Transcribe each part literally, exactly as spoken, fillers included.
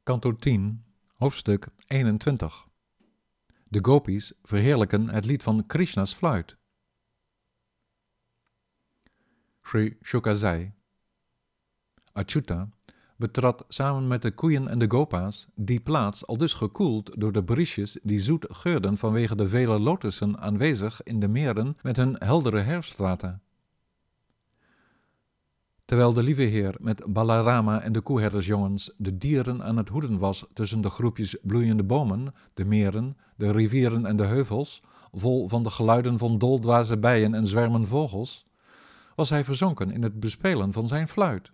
Canto tien, hoofdstuk eenentwintig. De gopis verheerlijken het lied van Krishna's fluit. Sri Shuka zei: Achyuta betrad samen met de koeien en de gopa's die plaats aldus gekoeld door de briesjes die zoet geurden vanwege de vele lotussen aanwezig in de meren met hun heldere herfstwater. Terwijl de lieve Heer met Balarama en de koeherdersjongens de dieren aan het hoeden was tussen de groepjes bloeiende bomen, de meren, de rivieren en de heuvels, vol van de geluiden van doldwaze bijen en zwermen vogels, was hij verzonken in het bespelen van zijn fluit.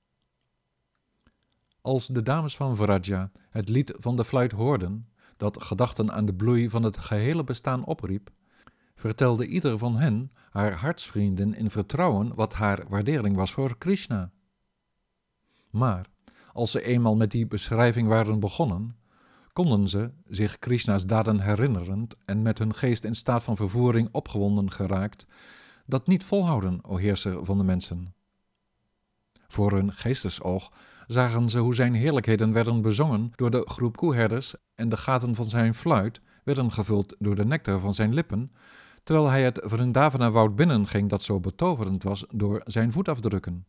Als de dames van Vraja het lied van de fluit hoorden, dat gedachten aan de bloei van het gehele bestaan opriep, vertelde ieder van hen haar hartsvrienden in vertrouwen wat haar waardering was voor Krishna. Maar als ze eenmaal met die beschrijving waren begonnen, konden ze, zich Krishna's daden herinnerend en met hun geest in staat van vervoering opgewonden geraakt, dat niet volhouden, o heerser van de mensen. Voor hun geestesoog zagen ze hoe zijn heerlijkheden werden bezongen door de groep koeherders en de gaten van zijn fluit werden gevuld door de nectar van zijn lippen, terwijl hij het Vrindavana-woud binnenging dat zo betoverend was door zijn voetafdrukken.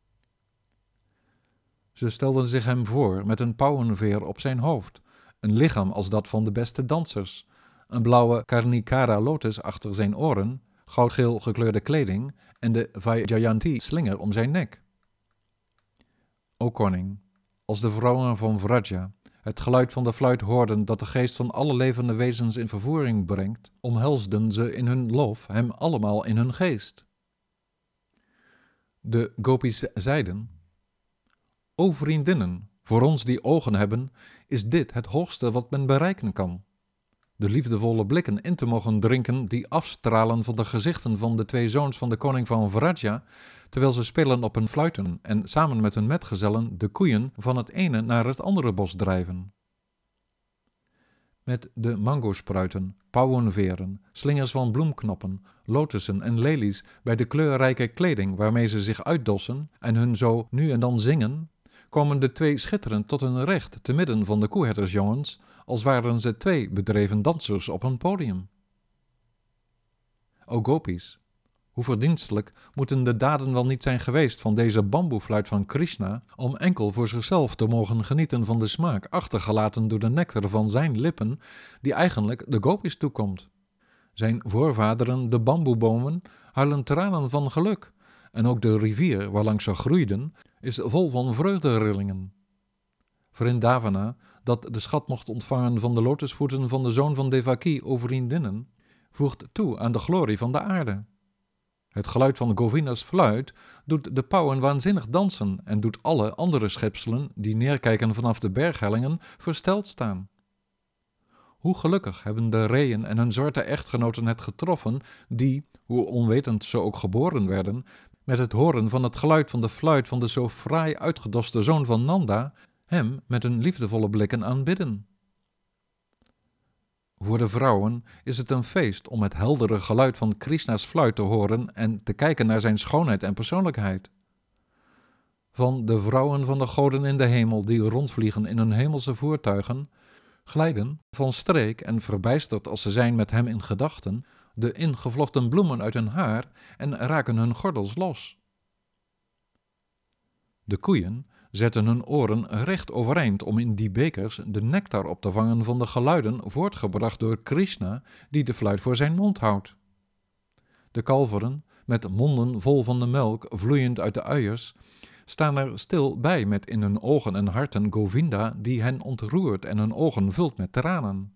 Ze stelden zich hem voor met een pauwenveer op zijn hoofd, een lichaam als dat van de beste dansers, een blauwe Karnikara lotus achter zijn oren, goudgeel gekleurde kleding en de Vaijayanti-slinger om zijn nek. O koning, als de vrouwen van Vraja het geluid van de fluit hoorden dat de geest van alle levende wezens in vervoering brengt, omhelsden ze in hun lof hem allemaal in hun geest. De gopis zeiden: O vriendinnen, voor ons die ogen hebben, is dit het hoogste wat men bereiken kan. De liefdevolle blikken in te mogen drinken die afstralen van de gezichten van de twee zoons van de koning van Vraja, terwijl ze spelen op hun fluiten en samen met hun metgezellen de koeien van het ene naar het andere bos drijven. Met de mangospruiten, pauwenveren, slingers van bloemknoppen, lotussen en lelies bij de kleurrijke kleding waarmee ze zich uitdossen en hun zo nu en dan zingen, komen de twee schitterend tot hun recht te midden van de koeherdersjongens, als waren ze twee bedreven dansers op een podium. O gopis, hoe verdienstelijk moeten de daden wel niet zijn geweest van deze bamboefluit van Krishna, om enkel voor zichzelf te mogen genieten van de smaak achtergelaten door de nectar van zijn lippen, die eigenlijk de gopis toekomt. Zijn voorvaderen, de bamboebomen, huilen tranen van geluk, en ook de rivier waarlangs ze groeiden, is vol van vreugderillingen. Vrindavana, dat de schat mocht ontvangen van de lotusvoeten van de zoon van Devaki, o vriendinnen, voegt toe aan de glorie van de aarde. Het geluid van Govinda's fluit doet de pauwen waanzinnig dansen en doet alle andere schepselen die neerkijken vanaf de berghellingen versteld staan. Hoe gelukkig hebben de reeën en hun zwarte echtgenoten het getroffen die, hoe onwetend ze ook geboren werden, met het horen van het geluid van de fluit van de zo fraai uitgedoste zoon van Nanda, hem met hun liefdevolle blikken aanbidden. Voor de vrouwen is het een feest om het heldere geluid van Krishna's fluit te horen en te kijken naar zijn schoonheid en persoonlijkheid. Van de vrouwen van de goden in de hemel die rondvliegen in hun hemelse voertuigen, glijden van streek en verbijsterd als ze zijn met hem in gedachten, de ingevlochten bloemen uit hun haar en raken hun gordels los. De koeien zetten hun oren recht overeind om in die bekers de nectar op te vangen van de geluiden voortgebracht door Krishna, die de fluit voor zijn mond houdt. De kalveren, met monden vol van de melk vloeiend uit de uiers, staan er stil bij met in hun ogen en harten Govinda, die hen ontroert en hun ogen vult met tranen.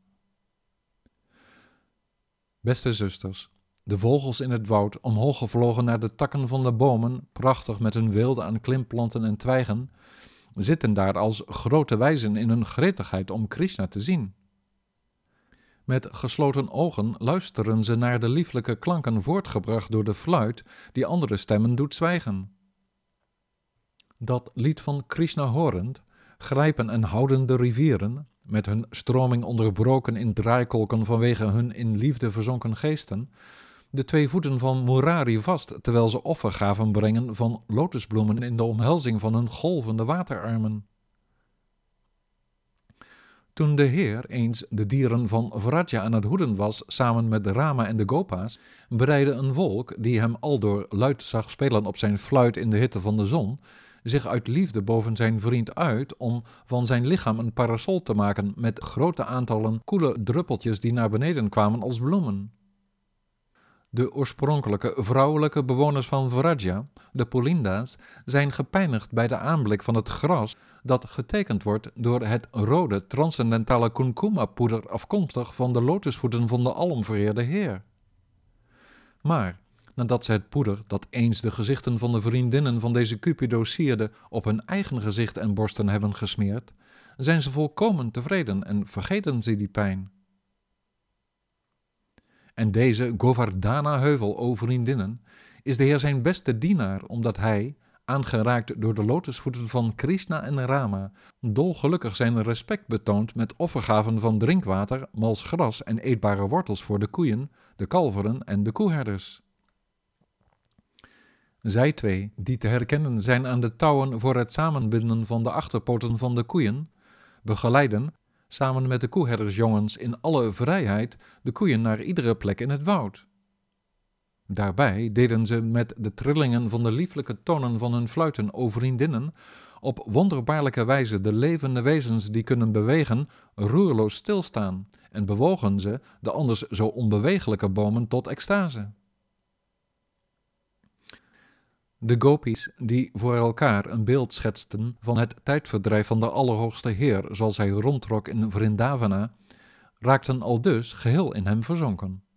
Beste zusters, de vogels in het woud, omhoog gevlogen naar de takken van de bomen, prachtig met hun weelde aan klimplanten en twijgen, zitten daar als grote wijzen in hun gretigheid om Krishna te zien. Met gesloten ogen luisteren ze naar de lieflijke klanken voortgebracht door de fluit die andere stemmen doet zwijgen. Dat lied van Krishna horend, grijpen en houden de rivieren, met hun stroming onderbroken in draaikolken vanwege hun in liefde verzonken geesten, de twee voeten van Murari vast, terwijl ze offergaven brengen van lotusbloemen in de omhelzing van hun golvende waterarmen. Toen de Heer eens de dieren van Vraja aan het hoeden was, samen met de Rama en de Gopa's, breidde een wolk, die hem aldoor luid zag spelen op zijn fluit in de hitte van de zon, zich uit liefde boven zijn vriend uit om van zijn lichaam een parasol te maken met grote aantallen koele druppeltjes die naar beneden kwamen als bloemen. De oorspronkelijke vrouwelijke bewoners van Vraja, de Pulinda's, zijn gepijnigd bij de aanblik van het gras dat getekend wordt door het rode transcendentale kurkuma-poeder afkomstig van de lotusvoeten van de alomvereerde Heer. Maar nadat ze het poeder dat eens de gezichten van de vriendinnen van deze Cupido sierde op hun eigen gezicht en borsten hebben gesmeerd, zijn ze volkomen tevreden en vergeten ze die pijn. En deze Govardhana-heuvel, o vriendinnen, is de Heer zijn beste dienaar, omdat hij, aangeraakt door de lotusvoeten van Krishna en Rama, dolgelukkig zijn respect betoont met offergaven van drinkwater, mals gras en eetbare wortels voor de koeien, de kalveren en de koeherders. Zij twee, die te herkennen zijn aan de touwen voor het samenbinden van de achterpoten van de koeien, begeleiden, samen met de koeherdersjongens in alle vrijheid, de koeien naar iedere plek in het woud. Daarbij deden ze met de trillingen van de lieflijke tonen van hun fluiten, o vriendinnen, op wonderbaarlijke wijze de levende wezens die kunnen bewegen, roerloos stilstaan, en bewogen ze de anders zo onbewegelijke bomen tot extase. De gopis, die voor elkaar een beeld schetsten van het tijdverdrijf van de Allerhoogste Heer zoals hij rondtrok in Vrindavana, raakten aldus geheel in hem verzonken.